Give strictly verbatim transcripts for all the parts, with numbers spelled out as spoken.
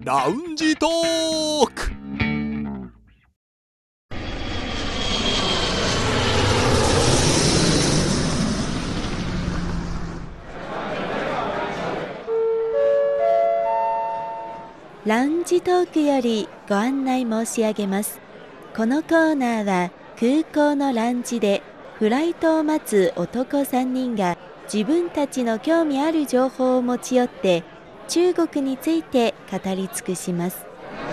ラウンジトーク。 ラウンジトークよりご案内申し上げます。このコーナーは空港のラウンジでフライトを待つ男さんにんが自分たちの興味ある情報を持ち寄って中国について語り尽くします。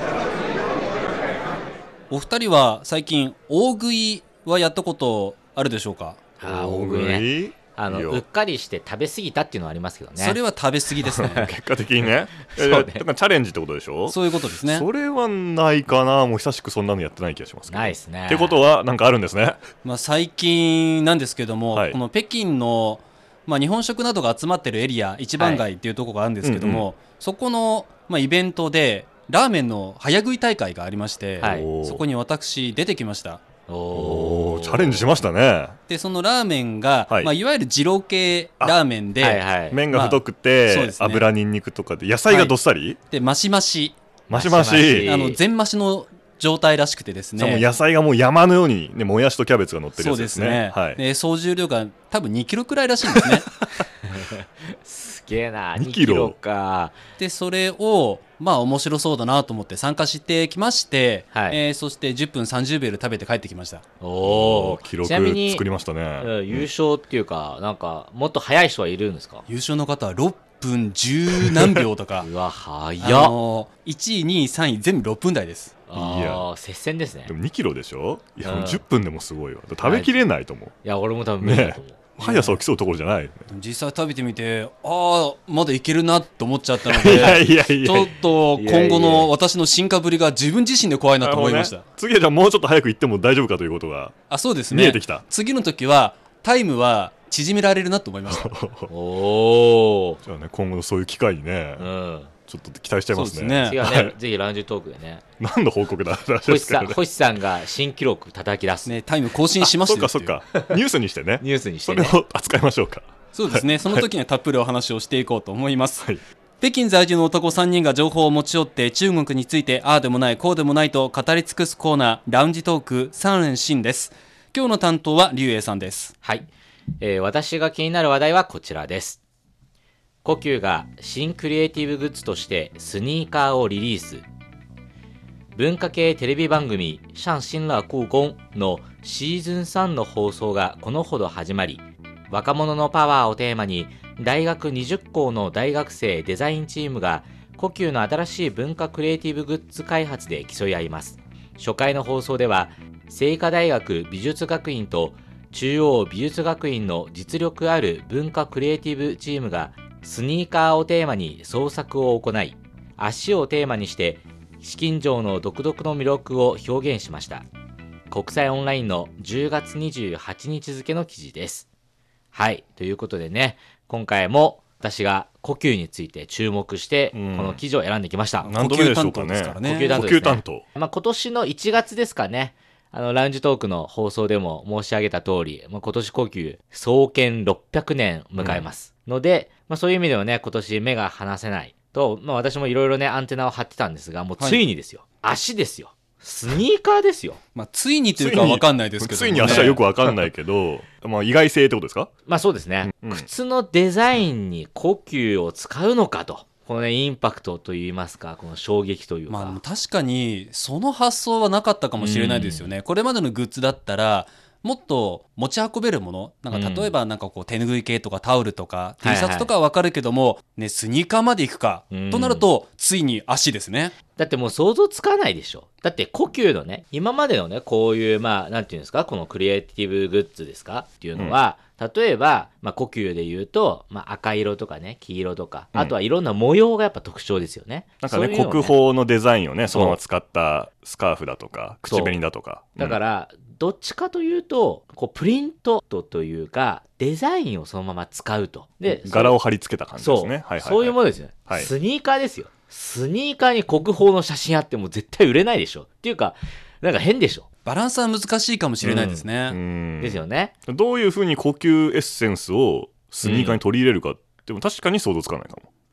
お二人は最近大食いはやったことあるでしょうか？ あー大食いね、あのうっかりして食べ過ぎたっていうのはありますけどね。 それは食べ過ぎですね結果的にねそうね、 だからチャレンジってことでしょ。 そういうことですね。 それはないかな。もう久しくそんなのやってない気がしますけど。 ないですね。 ってことはなんかあるんですね。 まあ、最近なんですけども、 はい、 この北京の、まあ、日本食などが集まってるエリア一番街っていうところがあるんですけども、はいうんうん、そこの、まあ、イベントでラーメンの早食い大会がありまして、はい、そこに私出てきました。 おーチャレンジしましたね。 でそのラーメンが、 はいまあ、いわゆる二郎系ラーメンで、 はいはい、麺が太くて、まあね、油にんにくとかで野菜がどっさり、はい、 でマシマシマシマシあの全マシの状態らしくてですね、 もう野菜がもう山のように、ね、もやしとキャベツが乗ってるやつですね。 そうですね、 はい、 で総重量が多分にキロくらいらしいんですねすげえな、にキロか。 でそれをまあ面白そうだなと思って参加してきまして、はいえー、そしてじゅっぷんさんじゅうびょうで食べて帰ってきました。 おー記録作りましたね。 うん、優勝っていうか、なんかもっと速い人はいるんですか？ 優勝の方はろっぷんじゅうなんびょうとかうわ早っ、 あのー、いちいにいさんい全部ろっぷん台です。 いや接戦ですね。 でもにキロでしょ。いや、うん、じゅっぷんでもすごいわ。食べきれないと思う。 いや俺も多分無理だと思う、ね、 速さを競うところじゃない。 実際食べてみてああまだいけるなと思っちゃったのでいやいやいやちょっと今後の私の進化ぶりが自分自身で怖いなと思いました、ね、 次はじゃあもうちょっと早く行っても大丈夫かということがあそうですね見えてきた。 次の時はタイムは縮められるなと思いましたおじゃあね今後そういう機会にね、うんちょっと期待しちゃいますね。 そうですね、 次はね、はい、ぜひラウンジトークでね何の報告だ星さん、星さんが新記録叩き出す、 ね、タイム更新しますよ。 そっかそっかニュースにしてねニュースにして、ね、 それを扱いましょうか。 そうですね、はい、その時にはたっぷりお話をしていこうと思います、はい、北京在住の男さんにんが情報を持ち寄って中国についてああでもないこうでもないと語り尽くすコーナーラウンジトーク三連新です。今日の担当は劉英さんです。 はい、えー、私が気になる話題はこちらです。故宮が新クリエイティブグッズとしてスニーカーをリリース。文化系テレビ番組上新了故宮のシーズンさんの放送がこのほど始まり、若者のパワーをテーマに大学にじゅっこうの大学生デザインチームが故宮の新しい文化クリエイティブグッズ開発で競い合います。初回の放送では清華大学美術学院と中央美術学院の実力ある文化クリエイティブチームがスニーカーをテーマに創作を行い、足をテーマにして紫禁城の独特の魅力を表現しました。国際オンラインのじゅうがつにじゅうはちにち付の記事です。はい、ということでね、今回も私が故宮について注目してこの記事を選んできました。 うん、何度目でしょうかね。 呼吸担当ですね。呼吸担当。まあ、今年のいちがつですかね。あのラウンジトークの放送でも申し上げた通り、まあ、今年故宮創建ろっぴゃくねん迎えます、うん、ので、まあ、そういう意味ではね今年目が離せないと、まあ、私もいろいろねアンテナを張ってたんですが、もうついにですよ、はい、足ですよ、スニーカーですよ。 まあ、ついにというか分かんないですけど、ね、 ついに足はよく分かんないけどまあ意外性ってことですか？ まあそうですね、うん、靴のデザインに故宮を使うのかと、このねインパクトといいますか、この衝撃というか、 まあ、確かにその発想はなかったかもしれないですよね、うん、これまでのグッズだったらもっと持ち運べるものなんか例えばなんかこう手拭い系とかタオルとか T シャツとかは分かるけども、はいはいね、スニーカーまで行くか、うん、となるとついに足ですね。 だってもう想像つかないでしょ。だって故宮のね今までのねこういうまあなんていうんですか、このクリエイティブグッズですかっていうのは、うん、例えば、まあ、故宮で言うと、まあ、赤色とかね黄色とか、うん、あとはいろんな模様がやっぱ特徴ですよね。 なんかね、国宝のデザインをねそのまま使ったスカーフだとか口紅だとか、 うん、だからどっちかというとこうプリントというかデザインをそのまま使うと、で柄を貼り付けた感じですね。そう、 はいはいはい、そういうものですよね、はい、スニーカーですよ。スニーカーに国宝の写真あっても絶対売れないでしょっていうか、なんか変でしょ。 バランスは難しいかもしれないですね、 うん、 ですよね。 どういうふうに高級エッセンスをスニーカーに取り入れるか、うん、でも確かに想像つかないかも。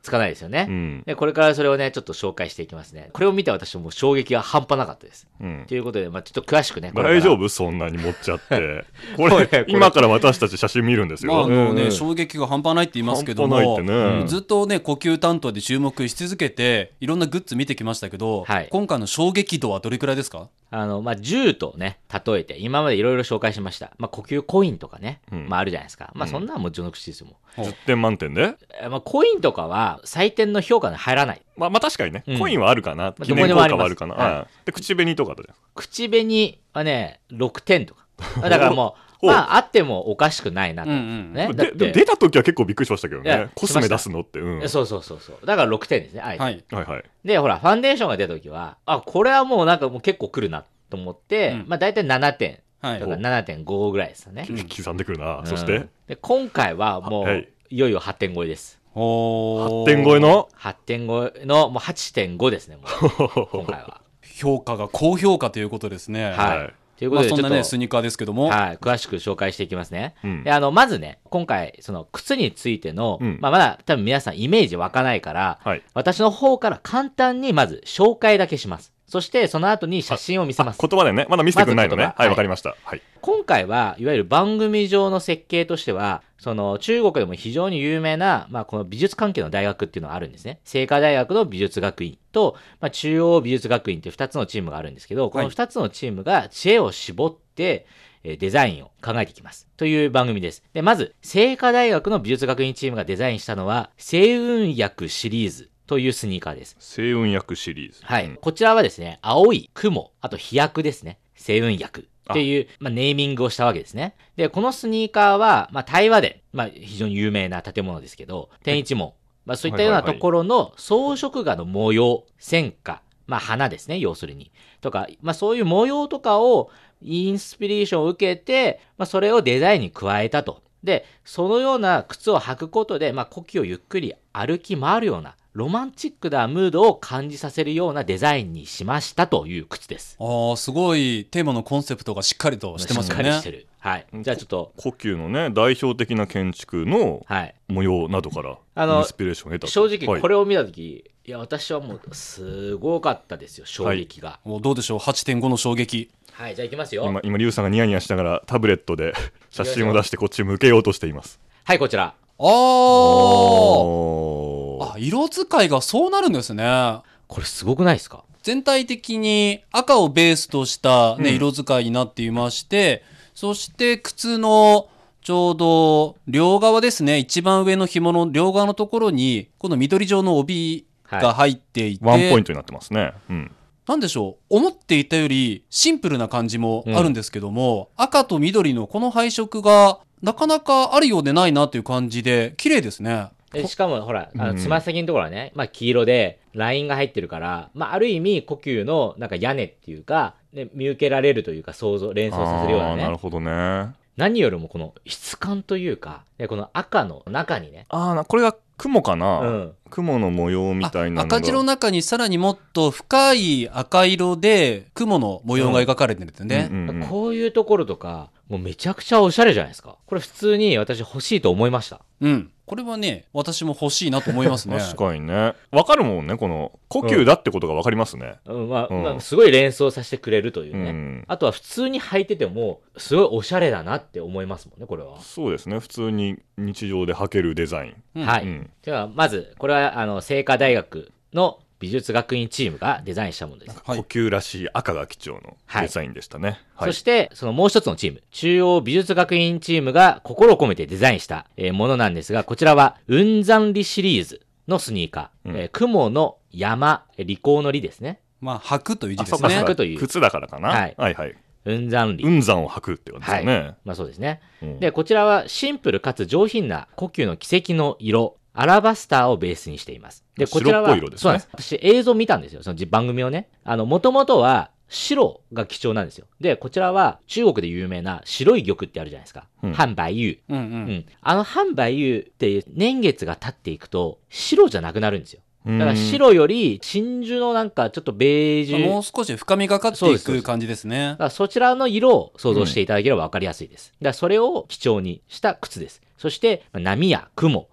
つかないですよね。 うん。 で、これからそれをね、ちょっと紹介していきますね。これを見て私もう衝撃が半端なかったです。 うんということで、まあちょっと詳しくね、これから大丈夫そんなに持っちゃって。これ、 これこれ今から私たち写真見るんですまああよ。 のねうんうん衝撃が半端ないって言いますけども、 半端ないってねずっとね呼吸担当で注目し続けていろんなグッズ見てきましたけど、 はい今回の衝撃度はどれくらいですか？ あの、まあ、銃とね、例えて、今までいろいろ紹介しました。まあ、呼吸コインとかね、 うんまあ、あるじゃないですか。まあ、そんなのも序の口ですよ、もう。 うんじゅってん満点でえまあ、コインとかは、採点の評価に入らない。 まあ、まあ確かにね、 うんコインはあるかな。 まあ記念効果はあるかな。 どこにもありますうんで、口紅とかだじゃん。 口紅はね、ろくてんとか。だからもう、 おまあ、あってもおかしくないなと。 うんうんね。だっででもて、 出た時は結構びっくりしましたけどいやね。コスメ出すのって。うん。はいそうそうそうそう。だからろくてんですね、あえて。 はいはい。 で、ほら、ファンデーションが出た時は、あ、これはもうなんかもう結構来るなと思って、 うんまあ、大体ななてんはいとかななてんごぐらいですよね。 うん刻んでくるな。 うんそして、 で、今回はもう、 はいいよいよはってん超えです。 おーはってん超えのはってん超えのもうはってんごですね、もう今回は。 評価が高評価ということですね。 はい。 はいということで、 まあそんなねちょっと、 スニーカーですけども、 はい、詳しく紹介していきますね。 うんで、あの、まずね、今回、その靴についての、 うんまあ、まだ多分皆さんイメージ湧かないから、 はい。 私の方から簡単にまず紹介だけします。そして、その後に写真を見せます。 言葉でね、まだ見せてくれないのね。はい、 まず言葉はいわかりました。はい。 今回はいわゆる番組上の設計としては、その中国でも非常に有名な、まあ、この美術関係の大学っていうのがあるんですね。清華大学の美術学院と、まあ、中央美術学院っていうふたつのチームがあるんですけど、このふたつのチームが知恵を絞って、えーデザインを考えていきます。という番組です。で、まず、清華大学の美術学院チームがデザインしたのは、星雲薬シリーズというスニーカーです。 星雲薬シリーズ。 はい。 うんこちらはですね、青い雲、あと飛躍ですね。星雲薬っていう、まあ、ネーミングをしたわけですね。で、このスニーカーは、まあ、対話で、まあ、非常に有名な建物ですけど、天一門、まあ、そういったようなところの装飾画の模様、線花、まあ、花ですね、要するに。とか、まあ、そういう模様とかをインスピレーションを受けて、まあ、それをデザインに加えたと。で、そのような靴を履くことで、まあ、呼吸をゆっくり歩き回るような、ロマンチックなムードを感じさせるようなデザインにしましたという靴です。 ああすごいテーマのコンセプトがしっかりとしてますよねしっかりして。る。はい。じゃあちょっと、 呼吸のね、代表的な建築のはい。 模様などからあのインスピレーションを得たと。 正直これ、 れを見たとき、いや、私はもう、すごかったですよ、衝撃が。 おどうでしょう はってんご の衝撃。 はい、じゃあいきますよ。 今、今、リュウさんがニヤニヤしながらタブレットで写真を出してこっち向けようとしています。 はい、こちら。 あーおーあ色使いがそうなるんですね。 これすごくないですか？ 全体的に赤をベースとした、ねうん色使いになっていまして、そして靴のちょうど両側ですね、一番上の紐の両側のところにこの緑状の帯が入っていて、 ワンポイントになってますね。うん。 なんでしょう、思っていたよりシンプルな感じもあるんですけども、赤と緑のこの配色がなかなかあるようでないなという感じで綺麗ですね。 でしかも、ほら、あうんの、つま先のところはね、まあ、黄色で、ラインが入ってるから、まあ、ある意味、呼吸の、なんか屋根っていうか、ね、見受けられるというか、想像、連想させるようなね。 あーなるほどね。 何よりも、この質感というか、でこの赤の中にね、 ああ、なこれが雲かな、 うん。 雲の模様みたいなのが。 あ赤字の中にさらにもっと深い赤色で雲の模様が描かれてるんですね。 うんうんうんこういうところとか、もうめちゃくちゃおしゃれじゃないですか。これ普通に私欲しいと思いました。 うん。これはね、私も欲しいなと思いますね。 確かにね。わかるもんね、この呼吸だってことがわかりますね。 うん、まあ、 うんまあ、すごい連想させてくれるというね。 うんあとは普通に履いてても、すごいおしゃれだなって思いますもんね、これは。 そうですね。普通に日常で履けるデザイン。 うんはい。 うんでは、まず、これは、あの、清華大学の美術学院チームがデザインしたものです。 はい呼吸らしい赤が基調のデザインでしたね。はい。 そして、そのもう一つのチーム、中央美術学院チームが心を込めてデザインした、えーものなんですが、こちらは、雲山里シリーズのスニーカー。 うんえー雲の山、えー利口の里ですね。 まあ、履くという字あ、 ですねそうかそう。か履くという靴だからかな。 はいはいはい。 雲山里。 雲山を履くってことですよね。 まあそうですね。 うんで、こちらはシンプルかつ上品な呼吸の奇跡の色、アラバスターをベースにしています。で、こちらは、 白っぽい色ですねそうなんです。私映像見たんですよ。その番組をね。あの、もともとは白が貴重なんですよ。で、こちらは中国で有名な白い玉ってあるじゃないですか。 うん半白油。 うんう。 うんん。あの半白油って年月が経っていくと白じゃなくなるんですよ。だから白より真珠のなんかちょっとベージュ。 もう少し深みがかっていく感じですねだ。からそちらの色を想像していただければ分かりやすいです。だからそれを基調にした靴です。そして、まあ波や雲、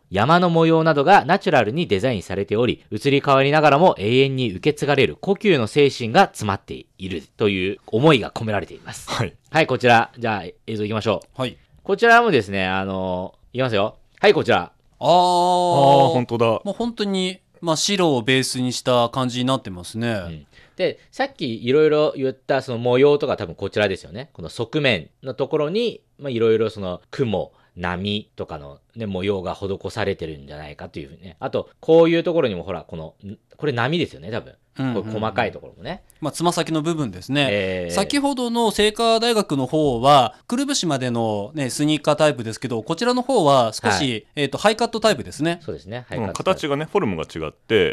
山の模様などがナチュラルにデザインされており、移り変わりながらも永遠に受け継がれる故宮の精神が詰まっているという思いが込められています。 はい。 はい、こちら、じゃあ映像いきましょう。 はい。 こちらもですね、あのー、いきますよ。はい、こちら。 ああ、 ああ、本当だ。 もう本当に、まあ、白をベースにした感じになってますね。 うんで、さっきいろいろ言ったその模様とか多分こちらですよね。この側面のところに、まあいろいろその雲、波とかのね、模様が施されてるんじゃないかというふうにね。あと、こういうところにもほら、この、これ波ですよね、多分。 うんうんうん、 これ細かいところもね。 まあ、つま先の部分ですね、 えー先ほどの清華大学の方はくるぶしまでの、ね、スニーカータイプですけど、こちらの方は少し、 はいえーと、ハイカットタイプですね。 そうですね。はい、 うん形がね、フォルムが違って、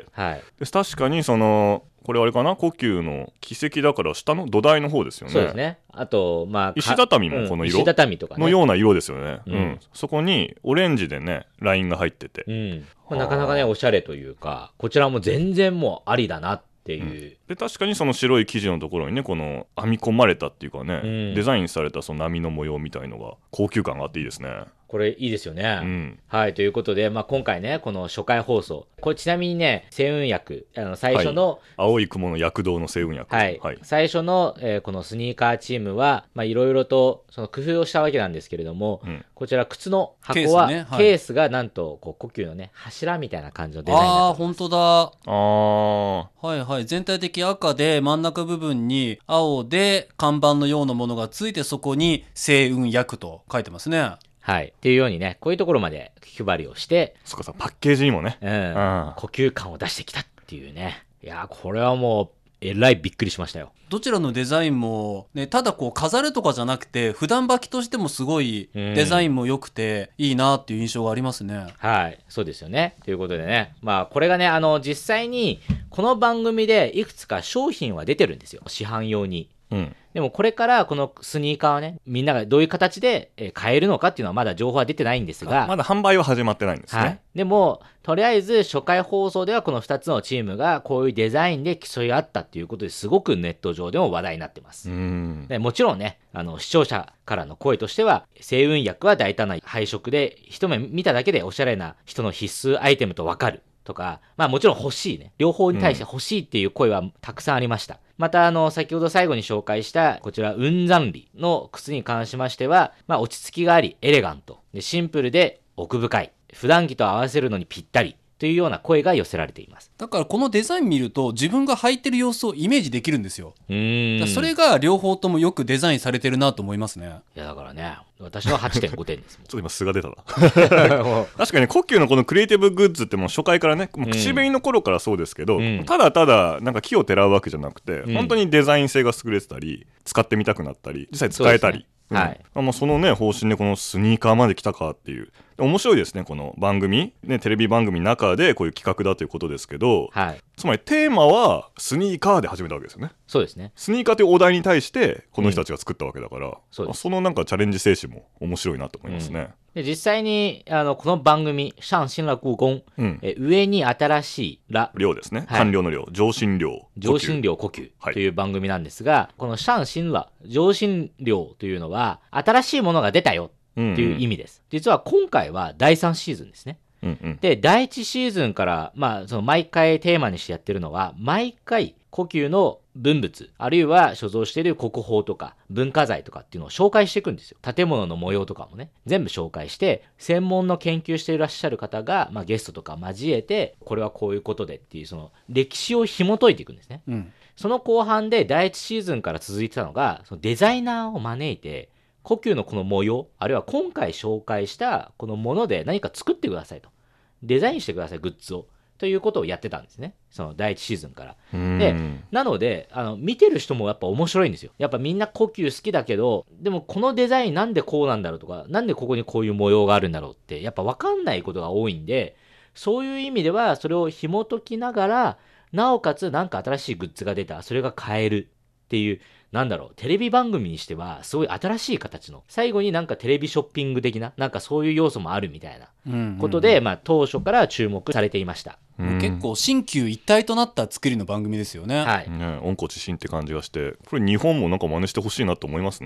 はい。 で確かにその、これあれかな、故宮の奇跡だから下の土台の方ですよね。 そうですね。あと、まあ、か石畳もこの色うん石畳とかね。 のような色ですよね、 ううんんそこにオレンジでねラインが入ってて、 うん。まあなかなかね、おしゃれというか、こちらも全然もうありだなっていう。 で確かにその白い生地のところにねこの編み込まれたっていうかね、 うんデザインされたその波の模様みたいのが高級感があっていいですね。 これいいですよね。 うんはい、ということで、まあ、今回ね、この初回放送、これちなみにね、星雲薬、あの最初の、 青い雲の躍動の星雲薬、 はい、最初の、えーこのスニーカーチームは、まあ、いろいろとその工夫をしたわけなんですけれども、 うんこちら靴の箱は、ケース,、 ケースねはいスがなんと、こう、故宮のね、柱みたいな感じのデザインにああ、 なってます。 本当だ。 あーはいはい。全体的赤で真ん中部分に青で看板のようなものがついて、そこに星雲薬と書いてますね。 はい。っていうようにね、こういうところまで気配りをして、 そっかさパッケージにもね、 うん、 うん呼吸感を出してきたっていうね。いやー、これはもう、えらいびっくりしましたよ。 どちらのデザインも、ね、ただこう飾るとかじゃなくて、普段履きとしてもすごいデザインも良くていいなっていう印象がありますね。 はい。そうですよね。ということでね。まあ、これがね、あの、実際に、この番組でいくつか商品は出てるんですよ。市販用に。 うんでもこれからこのスニーカーはね、みんながどういう形でえー買えるのかっていうのはまだ情報は出てないんですが、 まだ販売は始まってないんですね、 はい。でも、とりあえず初回放送ではこのふたつのチームがこういうデザインで競い合ったっていうことですごくネット上でも話題になってます。 うんでもちろんね、あの視聴者からの声としては、星雲薬は大胆な配色で、一目見ただけでおしゃれな人の必須アイテムとわかるとか、まあもちろん欲しいね。両方に対して欲しいっていう声はたくさんありました。またあの、先ほど最後に紹介したこちら、雲山里の靴に関しましては、まあ落ち着きがあり、エレガント。でシンプルで奥深い。普段着と合わせるのにぴったり。というような声が寄せられています。 だからこのデザイン見ると自分が履いてる様子をイメージできるんですよ。 うーん。 だからそれが両方ともよくデザインされてるなと思いますね。 いやだからね、私ははってんごてんですもん。 ちょっと今素が出たな確かにね故宮のこのクリエイティブグッズってもう初回からねもう口紅の頃からそうですけど、 うんただただなんか木をてらうわけじゃなくて、 うん本当にデザイン性が優れてたり使ってみたくなったり実際使えたりそうですねはいうん、あもうそのね方針でこのスニーカーまで来たかっていうで面白いですねこの番組、ね、テレビ番組の中でこういう企画だということですけど、 はい。 つまりテーマはスニーカーで始めたわけですよね。 そうですね。 スニーカーというお題に対してこの人たちが作ったわけだから、 そうですそのなんかチャレンジ精神も面白いなと思いますね。 で実際に、あの、この番組、上新了故宮、 うんえ上に新しいら、 量ですね、 はい官僚の量上新量上新寮呼吸はいという番組なんですが、この上新了、上新寮というのは、新しいものが出たよとっていう意味です。実は今回はだいさんシーズンですね。 うんうんで、だいいちシーズンから、まあ、その毎回テーマにしてやってるのは、毎回故宮の文物、あるいは所蔵している国宝とか文化財とかっていうのを紹介していくんですよ。建物の模様とかもね、全部紹介して、専門の研究していらっしゃる方が、まあ、ゲストとか交えて、これはこういうことでっていう、その歴史を紐解いていくんですね。 うん。 その後半でだいいちシーズンから続いてたのが、そのデザイナーを招いて、故宮のこの模様、あるいは今回紹介したこのもので何か作ってくださいと。デザインしてください、グッズを。ということをやってたんですね。そのだいいちシーズンから。 うんで、なので、あの、見てる人もやっぱ面白いんですよ。やっぱみんな故宮好きだけど、でもこのデザインなんでこうなんだろうとか、なんでここにこういう模様があるんだろうって、やっぱ分かんないことが多いんで、そういう意味ではそれを紐解きながら、なおかつなんか新しいグッズが出た、それが買えるっていう、なんだろう、テレビ番組にしては、すごい新しい形の、最後になんかテレビショッピング的な、なんかそういう要素もあるみたいなうんことで、まあ当初から注目されていました。 うん結構新旧一体となった作りの番組ですよね。 はい。 ね、温故知新って感じがしてこれ日本もなんか真似してほしいなと思いますね。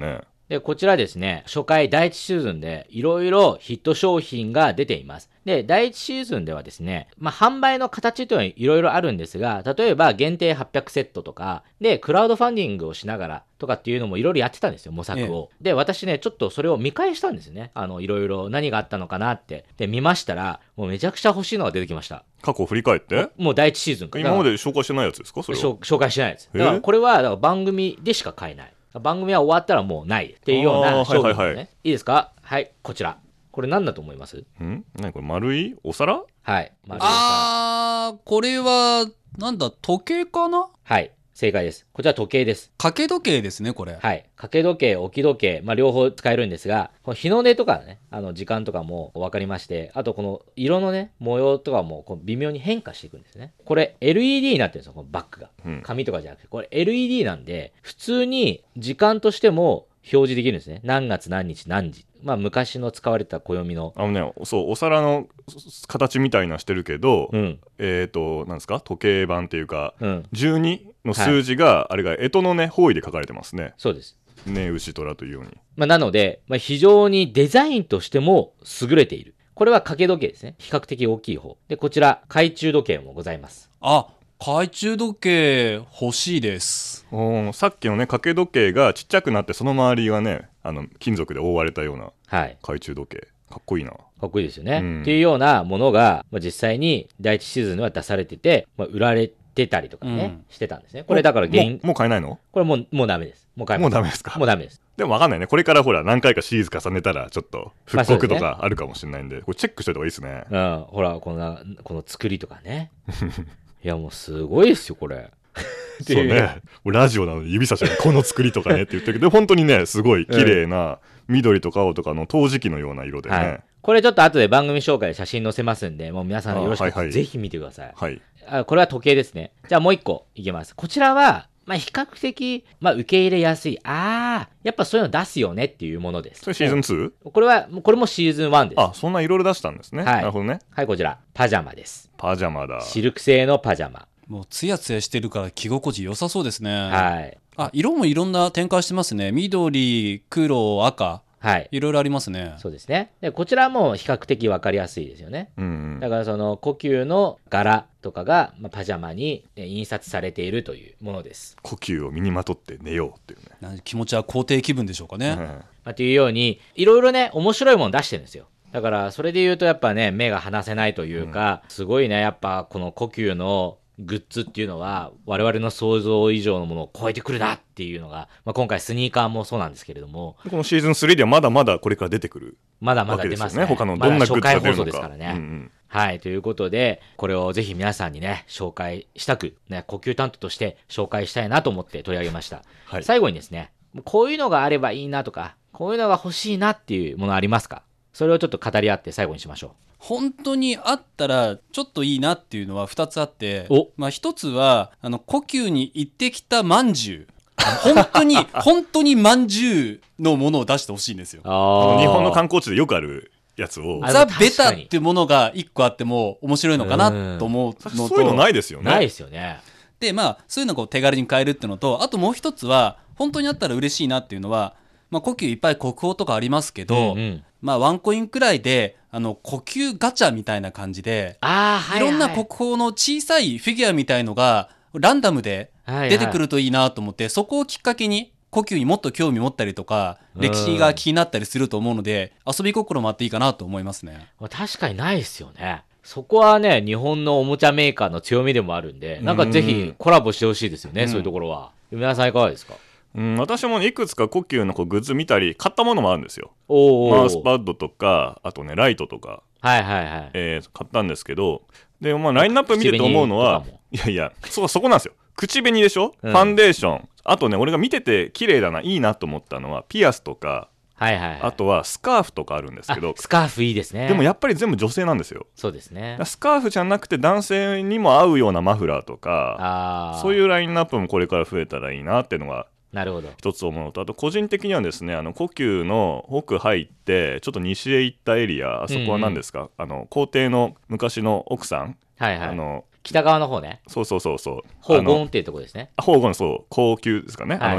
で、こちらですね、初回だいいちシーズンでいろいろヒット商品が出ています。で、だいいちシーズンではですね、まあ、販売の形というのはいろいろあるんですが、例えば限定はっぴゃくセットとか、で、クラウドファンディングをしながらとかっていうのもいろいろやってたんですよ、模索を。で、私ね、ちょっとそれを見返したんですよね。あの、いろいろ何があったのかなって。で、見ましたら、もうめちゃくちゃ欲しいのが出てきました。 過去を振り返ってもうだいいちシーズンから。 今まで紹介してないやつですかそれは。 紹介してないやつ。だからこれはだから番組でしか買えない。番組は終わったらもうないっていうような商品ですね。はいはいはい、いいですか？はい、こちら。これ何だと思います？ ん？何これ丸いお皿？ はい。 丸いお皿。あー、これは、なんだ、時計かな？ はい。正解です。こちら時計です。 掛け時計ですね、これ。 はい。掛け時計、置き時計、まあ両方使えるんですが、この日の出とかね、あの時間とかも分かりまして、あとこの色のね、模様とかもこう微妙に変化していくんですね。これ エルイーディー になってるんですよ、このバッグが。うん、紙とかじゃなくて、これ エルイーディー なんで、普通に時間としても表示できるんですね。何月何日何時。まあ昔の使われた暦の。 あのね、そう、お皿の形みたいなしてるけど、うん、えっ、ー、と、なんですか時計盤っていうか、うん、じゅうにの数字が、はい、あれが干支のね、方位で書かれてますね。 そうです。 ね、牛虎というように。 まあなので、まあ、非常にデザインとしても優れている。これは掛け時計ですね。比較的大きい方。で、こちら、懐中時計もございます。 あ、懐中時計欲しいです。 おさっきのね掛け時計がちっちゃくなってその周りがねあの金属で覆われたような懐中時計、はい、かっこいいな。かっこいいですよね、うん、っていうようなものが、まあ、実際にだいいちシーズンでは出されてて、まあ、売られてたりとかね、うん、してたんですね。これだから原因も, もう買えないの？ これもうもうダメです。もう買えもうダメですか？ もうダメです。 でも分かんないね。これからほら何回かシリーズ重ねたらちょっと復刻とかあるかもしれないんで、まあ、これチェックしといた方がいいですね。 うん、ほらこのこの作りとかねいやもうすごいですよこれそうね、ラジオなので指差しこの作りとかねって言ってるけど本当にねすごい綺麗な緑とか青とかの陶磁器のような色でね、はい、 これちょっと後で番組紹介で写真載せますんでもう皆さんよろしく、はいはい、ぜひ見てください、はい、あこれは時計ですね。じゃあもう一個いきます。こちらはまあ比較的、まあ、受け入れやすいあーやっぱそういうの出すよねっていうものです。 それシーズンツー？ これはこれもシーズンワンです。 あそんないろいろ出したんですね、はい、なるほどね。 はいこちらパジャマです。 パジャマだ。 シルク製のパジャマ。 もうツヤツヤしてるから着心地良さそうですね。 はい。 あ、色もいろんな展開してますね。緑、黒、赤。はい。いろいろありますね。 そうですね。で、こちらも比較的わかりやすいですよね。うん、うん。だからその呼吸の柄とかが、まあ、パジャマに印刷されているというものです。 呼吸を身にまとって寝ようっていうね。気持ちは肯定気分でしょうかね。うん、 まあ、というように、いろいろね、面白いもの出してるんですよ。だからそれで言うとやっぱね、目が離せないというか、うん、すごいね、やっぱこの呼吸のグッズっていうのは我々の想像以上のものを超えてくるなっていうのが、まあ、今回スニーカーもそうなんですけれども、 このシーズンスリーではまだまだこれから出てくる、 まだまだ出ますね。 他のどんなグッズが出るのか、まだ初回放送ですからね、うんうん、はいということでこれをぜひ皆さんにね紹介したく、ね、呼吸担当として紹介したいなと思って取り上げました、はい、最後にですねこういうのがあればいいなとかこういうのが欲しいなっていうものありますか？それをちょっと語り合って最後にしましょう。 本当にあったらちょっといいなっていうのはふたつあって、まあ、ひとつはあの故宮に行ってきたまんじゅう本当に本当にまんじゅうのものを出してほしいんですよ。 あ日本の観光地でよくあるやつをザ・ベタっていうものがいっこあっても面白いのかなと思うのと、 そういうのないですよね。 ないですよね。 でまあそういうのを手軽に買えるっていうのと、あともう一つは本当にあったら嬉しいなっていうのは、まあ、故宮いっぱい国宝とかありますけど、うんうんまあ、ワンコインくらいであの呼吸ガチャみたいな感じで、あ、はいはい、いろんな国宝の小さいフィギュアみたいのがランダムで出てくるといいなと思って、はいはい、そこをきっかけに呼吸にもっと興味持ったりとか歴史が気になったりすると思うので、遊び心もあっていいかなと思いますね。 確かにないですよね。そこはね日本のおもちゃメーカーの強みでもあるんで、なんかぜひコラボしてほしいですよね、うん、そういうところは。皆さんいかがですか？ うん、私もいくつか呼吸のこうグッズ見たり買ったものもあるんですよ。おマウスパッドとかあとねライトとか、 はいはいはいえー、買ったんですけど、で、まあ、ラインナップ見てて思うのはいやいや そ, そこなんですよ。口紅でしょ、うん、ファンデーション、あとね俺が見てて綺麗だないいなと思ったのはピアスとか、はいはいはい、あとはスカーフとかあるんですけど、 スカーフいいですね。 でもやっぱり全部女性なんですよ。 そうですね。 スカーフじゃなくて男性にも合うようなマフラーとか、あそういうラインナップもこれから増えたらいいなっていうのがなるほど一つ思うのと、あと個人的にはですね、あの故宮の奥入ってちょっと西へ行ったエリア、あそこは何ですか、うんうん、あの皇帝の昔の奥さん、はいはい、あの北側の方ね。 そうそうそうそう、 宝厳っていうところですね。 宝厳、そう高級ですかね、はい、あの要は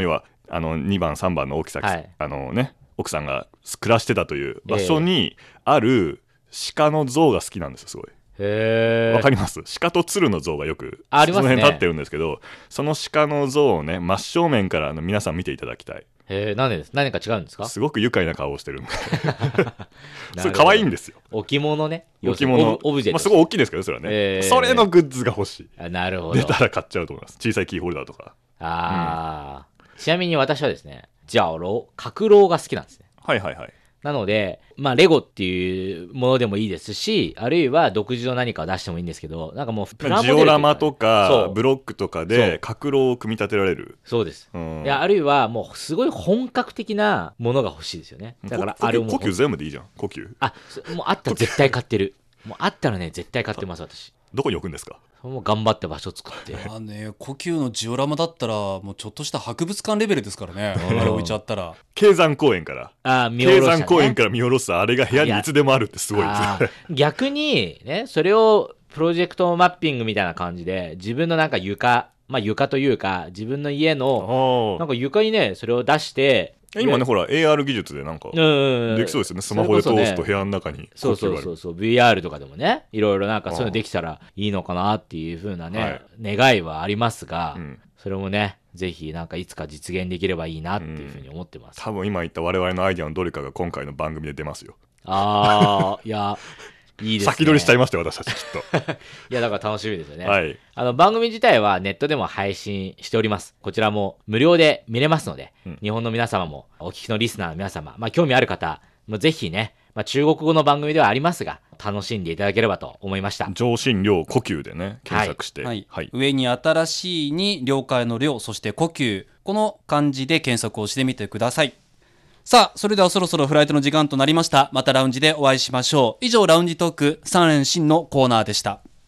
あのにばんさんばんの沖崎、 はい、 あのね奥さんが暮らしてたという場所にある鹿の像が好きなんですよすごい。 へー、 わかります？鹿と鶴の像がよくありますね、 その辺立ってるんですけど、その鹿の像をね真正面からあの皆さん見ていただきたい。 へー、なんでです？何か違うんですか？ すごく愉快な顔をしてるんでそれ可愛いんですよ。 置物ね、 置物オブジェ、 まあ、すごい大きいですけどそれはね、えー、それのグッズが欲しい。 あ、なるほど。 出たら買っちゃうと思います。小さいキーホルダーとか。 あ、うん、ちなみに私はですね、じゃあ角狼が好きなんですね。 はいはいはい。 なので、まあ、レゴっていうものでもいいですし、あるいは独自の何かを出してもいいんですけど、なんかもうプラモデルとか、ね、 ジオラマとかブロックとかで角狼を組み立てられる。 そうです、 うん、 いやあるいはもうすごい本格的なものが欲しいですよね。だからあれも呼吸全部でいいじゃん。呼吸あもうあったら絶対買ってるもうあったらね絶対買ってます私。 どこに置くんですか？ もう頑張って場所作ってあ、ね、呼吸のジオラマだったらもうちょっとした博物館レベルですからねあれ置いちゃったら。 京山公園からあ見下ろした、ね、 京山公園から見下ろすあれが部屋にいつでもあるってすごいですね。 逆にねそれをプロジェクトマッピングみたいな感じで自分のなんか床まあ床というか自分の家のなんか床にねそれを出して今ねほら エーアール 技術でなんかできそうですよね。スマホで通すと部屋の中にそうそうそうそう ブイアール とかでもねいろいろなんかそういうのできたらいいのかなっていう風なね、はい、願いはありますが、うん、それもねぜひなんかいつか実現できればいいなっていう風に思ってます、 うん、多分今言った我々のアイデアのどれかが今回の番組で出ますよ。 ああいやいいですね、 先取りしちゃいましたよ私たちきっといやだから楽しみですよね、 はい、あの番組自体はネットでも配信しております。こちらも無料で見れますので、うん、日本の皆様もお聞きのリスナーの皆様、まあ、興味ある方もぜひね、まあ、中国語の番組ではありますが楽しんでいただければと思いました。 上心領呼吸でね検索して、 はいはい、上に新しいに了解の了そして呼吸この漢字で検索をしてみてください。さあそれではそろそろフライトの時間となりました。またラウンジでお会いしましょう。以上ラウンジトーク三連新のコーナーでした。